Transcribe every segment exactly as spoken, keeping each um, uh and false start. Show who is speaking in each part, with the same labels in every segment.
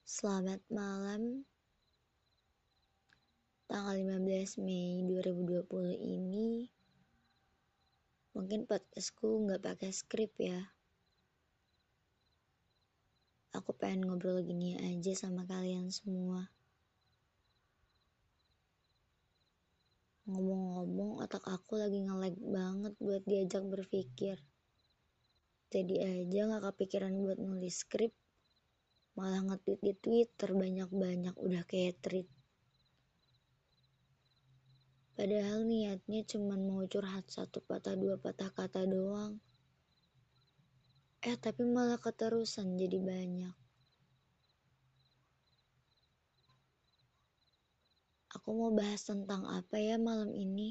Speaker 1: Selamat malam, tanggal lima belas Mei dua ribu dua puluh ini. Mungkin podcastku gak pakai skrip ya. Aku pengen ngobrol gini aja sama kalian semua. Ngomong-ngomong, otak aku lagi nge-lag banget buat diajak berpikir. Jadi aja gak kepikiran buat nulis skrip, malah nge-tweet di Twitter banyak-banyak udah kayak tweet. Padahal niatnya cuman mau curhat satu patah dua patah kata doang. Eh tapi malah keterusan jadi banyak. Aku mau bahas tentang apa ya malam ini?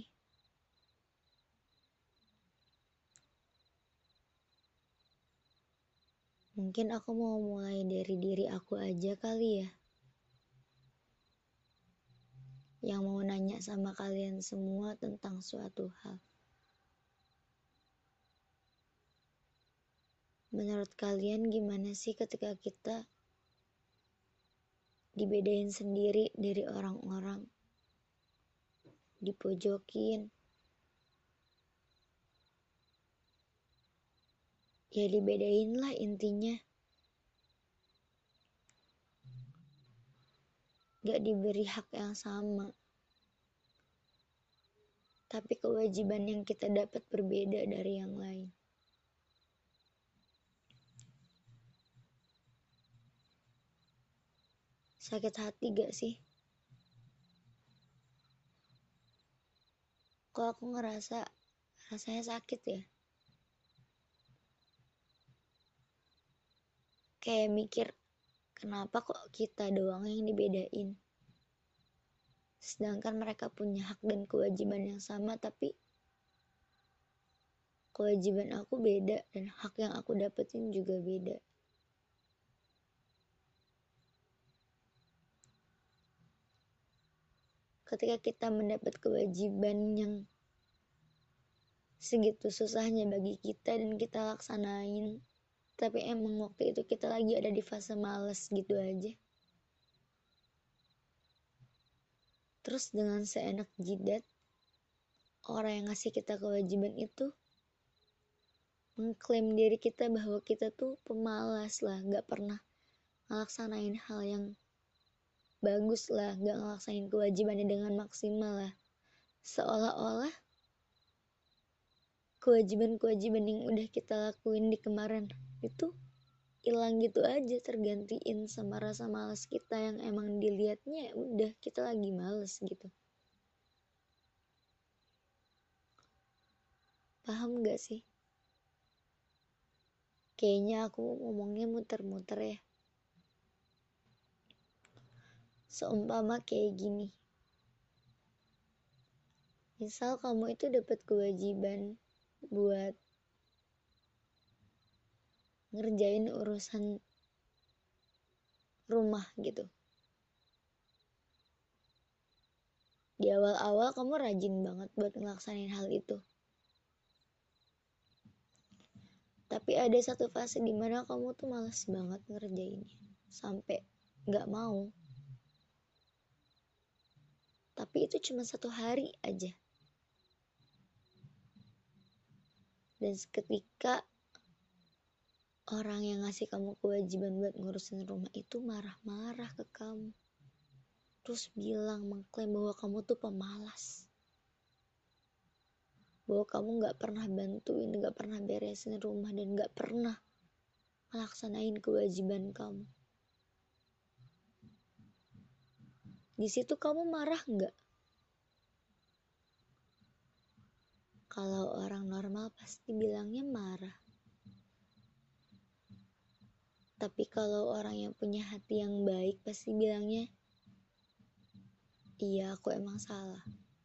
Speaker 1: Mungkin aku mau mulai dari diri aku aja kali ya. Yang mau nanya sama kalian semua tentang suatu hal. Menurut kalian gimana sih ketika kita dibedain sendiri dari orang-orang? Dipojokin. Ya dibedain lah intinya. Gak diberi hak yang sama. Tapi kewajiban yang kita dapat berbeda dari yang lain. Sakit hati gak sih? Kok aku ngerasa rasanya sakit ya? Kayak mikir, kenapa kok kita doang yang dibedain? Sedangkan mereka punya hak dan kewajiban yang sama, tapi kewajiban aku beda dan hak yang aku dapetin juga beda. Ketika kita mendapat kewajiban yang segitu susahnya bagi kita dan kita laksanain, tapi emang waktu itu kita lagi ada di fase males gitu aja. Terus dengan seenak jidat, orang yang ngasih kita kewajiban itu mengklaim diri kita bahwa kita tuh pemalas lah, gak pernah ngelaksanain hal yang bagus lah, gak ngelaksanain kewajibannya dengan maksimal lah. Seolah-olah kewajiban-kewajiban yang udah kita lakuin di kemarin itu hilang gitu aja, tergantiin sama rasa malas kita yang emang dilihatnya udah kita lagi males gitu. Paham gak sih? Kayaknya aku ngomongnya muter-muter ya. Seumpama kayak gini. Misal kamu itu dapat kewajiban buat ngerjain urusan rumah gitu. Di awal-awal kamu rajin banget buat ngelaksanain hal itu. Tapi ada satu fase dimana kamu tuh malas banget ngerjainnya. Sampai gak mau. Tapi itu cuma satu hari aja. Dan seketika orang yang ngasih kamu kewajiban buat ngurusin rumah itu marah-marah ke kamu. Terus bilang, mengklaim bahwa kamu tuh pemalas. Bahwa kamu gak pernah bantuin, gak pernah beresin rumah, dan gak pernah melaksanain kewajiban kamu. Di situ kamu marah gak? Kalau orang normal pasti bilangnya marah. Tapi kalau orang yang punya hati yang baik pasti bilangnya, iya aku emang salah.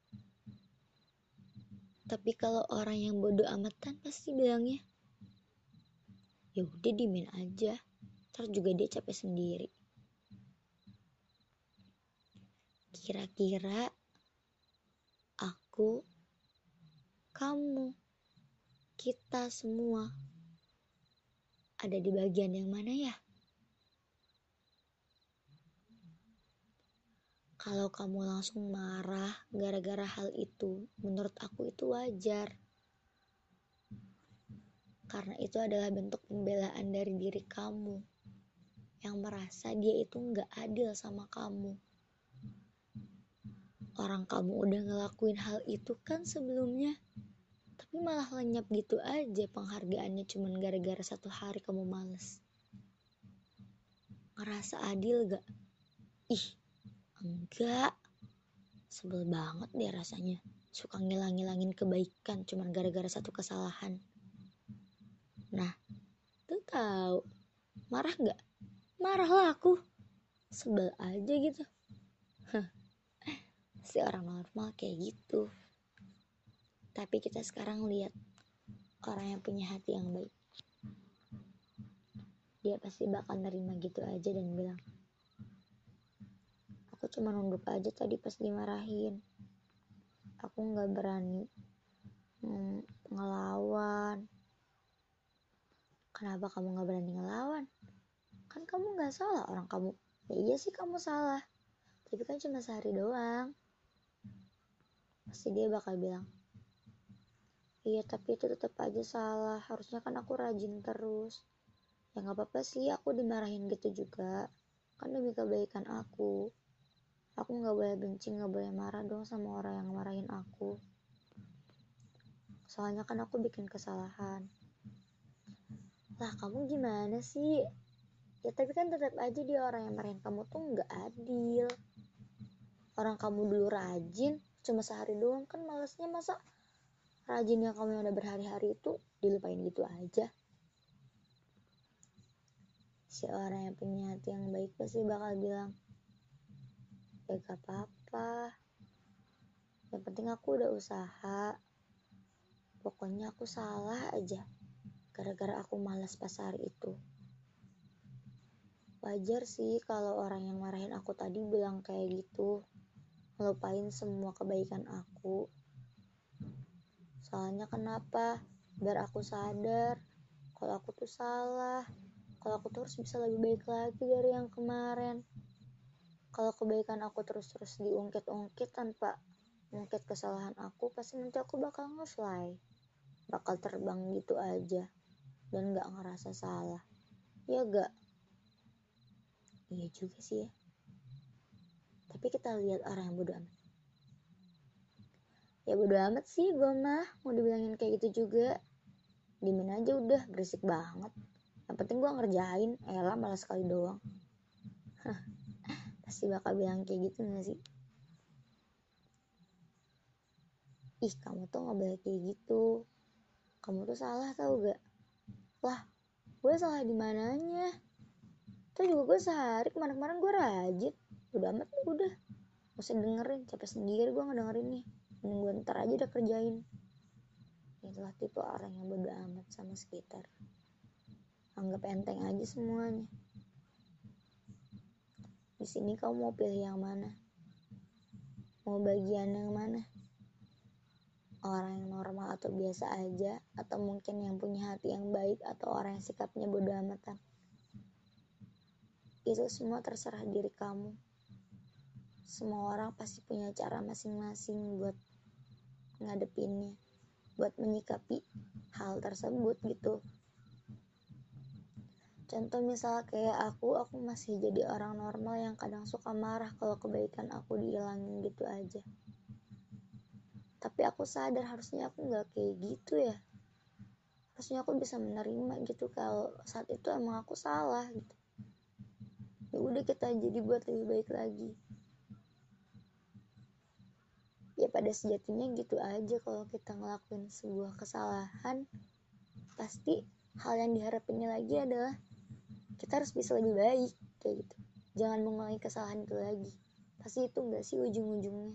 Speaker 1: Tapi kalau orang yang bodoh amatan pasti bilangnya, ya udah diemin aja, ntar juga dia capek sendiri. Kira-kira aku, kamu, kita semua ada di bagian yang mana ya? Kalau kamu langsung marah gara-gara hal itu, menurut aku itu wajar. Karena itu adalah bentuk pembelaan dari diri kamu yang merasa dia itu gak adil sama kamu. Orang kamu udah ngelakuin hal itu kan sebelumnya, tapi malah lenyap gitu aja penghargaannya cuman gara-gara satu hari kamu males. Ngerasa adil gak? Ih, enggak. Sebel banget deh rasanya. Suka ngilang-ngilangin kebaikan cuman gara-gara satu kesalahan. Nah, tuh tahu. Marah gak? Marah lah aku. Sebel aja gitu. Si orang normal kayak gitu. Tapi kita sekarang lihat orang yang punya hati yang baik. Dia pasti bakal nerima gitu aja dan bilang, aku cuma nunduk aja tadi pas dimarahin. Aku gak berani hmm, ngelawan. Kenapa kamu gak berani ngelawan? Kan kamu gak salah orang kamu. Ya iya sih kamu salah. Tapi kan cuma sehari doang. Pasti dia bakal bilang, iya tapi itu tetap aja salah. Harusnya kan aku rajin terus. Ya gak apa-apa sih aku dimarahin gitu juga. Kan demi kebaikan aku. Aku gak boleh benci, gak boleh marah dong sama orang yang marahin aku. Soalnya kan aku bikin kesalahan. Lah kamu gimana sih? Ya tapi kan tetap aja dia orang yang marahin kamu tuh gak adil. Orang kamu dulu rajin, cuma sehari doang kan malesnya, masa rajin yang kamu yang udah berhari-hari itu dilupain gitu aja. Si orang yang punya hati yang baik pasti bakal bilang, ya gak apa-apa, yang penting aku udah usaha. Pokoknya aku salah aja gara-gara aku malas pas hari itu. Wajar sih kalau orang yang marahin aku tadi bilang kayak gitu, ngelupain semua kebaikan aku. Soalnya kenapa? Biar aku sadar kalau aku tuh salah, kalau aku tuh harus bisa lebih baik lagi dari yang kemarin. Kalau kebaikan aku terus-terus diungkit-ungkit tanpa mengungkit kesalahan aku, pasti nanti aku bakal nge-fly, bakal terbang gitu aja dan gak ngerasa salah. Ya gak? Iya juga sih ya. Tapi kita lihat orang yang bodo amat. Ya bodo amat sih gue mah, mau dibilangin kayak gitu juga. Dimin aja udah, berisik banget. Yang penting gue ngerjain, elah malah sekali doang. Pasti bakal bilang kayak gitu gak sih? Ih kamu tuh gak boleh kayak gitu. Kamu tuh salah tau gak? Lah, gue salah di mananya? Tuh juga gue sehari kemarin-kemarin gue rajin. Udah amat udah. Gak usah dengerin, capek sendiri gue ngedengerin nih. Mending gue ntar aja udah kerjain. Itulah tipe orang yang bodo amat sama sekitar. Anggap enteng aja semuanya. Di sini kamu mau pilih yang mana? Mau bagian yang mana? Orang yang normal atau biasa aja, atau mungkin yang punya hati yang baik, atau orang yang sikapnya bodo amatan? Itu semua terserah diri kamu. Semua orang pasti punya cara masing-masing buat ngadepinnya, buat menyikapi hal tersebut gitu. Contoh misal kayak aku, aku masih jadi orang normal yang kadang suka marah kalau kebaikan aku dihilangin gitu aja. Tapi aku sadar harusnya aku gak kayak gitu ya. Harusnya aku bisa menerima gitu kalau saat itu emang aku salah gitu. Ya udah kita jadi buat lebih baik lagi. Ya pada sejatinya gitu aja, kalau kita ngelakuin sebuah kesalahan, pasti hal yang diharapinnya lagi adalah kita harus bisa lebih baik kayak gitu. Jangan mengulangi kesalahan itu lagi. Pasti itu gak sih ujung-ujungnya?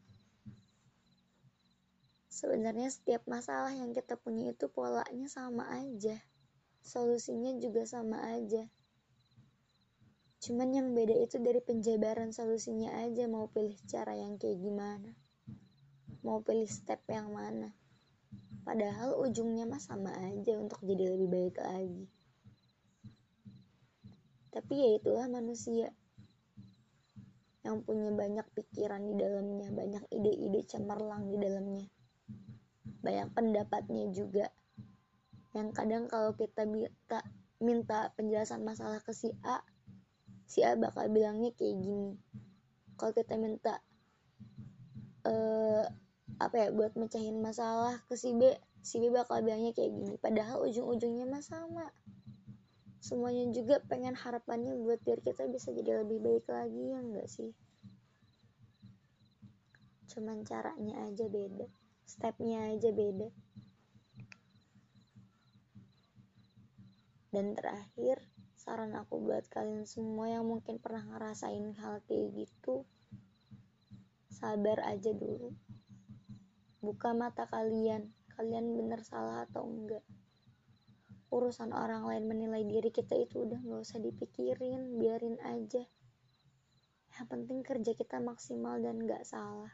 Speaker 1: Sebenarnya setiap masalah yang kita punya itu polanya sama aja. Solusinya juga sama aja. Cuman yang beda itu dari penjabaran solusinya aja, mau pilih cara yang kayak gimana. Mau pilih step yang mana. Padahal ujungnya mah sama aja, untuk jadi lebih baik lagi. Tapi ya itulah manusia. yang punya banyak pikiran di dalamnya, banyak ide-ide cemerlang di dalamnya, banyak pendapatnya juga. Yang kadang kalau kita minta, minta penjelasan masalah ke si A, si A bakal bilangnya kayak gini. Kalau kita minta uh, apa ya buat mecahin masalah ke si B, si B bakal bilangnya kayak gini. Padahal ujung-ujungnya mah sama. Semuanya juga pengen harapannya buat diri kita bisa jadi lebih baik lagi, ya enggak sih? Cuman caranya aja beda, stepnya aja beda. Dan terakhir, saran aku buat kalian semua yang mungkin pernah ngerasain hal kayak gitu, sabar aja dulu. Buka mata kalian, kalian bener salah atau enggak. Urusan orang lain menilai diri kita itu udah gak usah dipikirin, biarin aja. Yang penting kerja kita maksimal dan gak salah.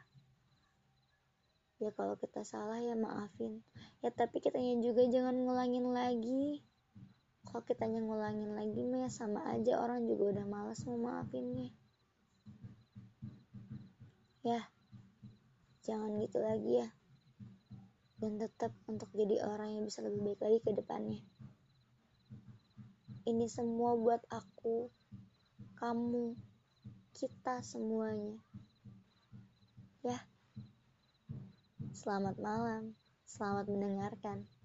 Speaker 1: Ya kalau kita salah ya maafin. Ya tapi kitanya juga jangan ngulangin lagi. Kalau kitanya ngulangin lagi mah sama aja orang juga udah malas mau maafinnya. Ya, jangan gitu lagi ya. Dan tetap untuk jadi orang yang bisa lebih baik lagi ke depannya. Ini semua buat aku, kamu, kita semuanya. Ya. Selamat malam. Selamat mendengarkan.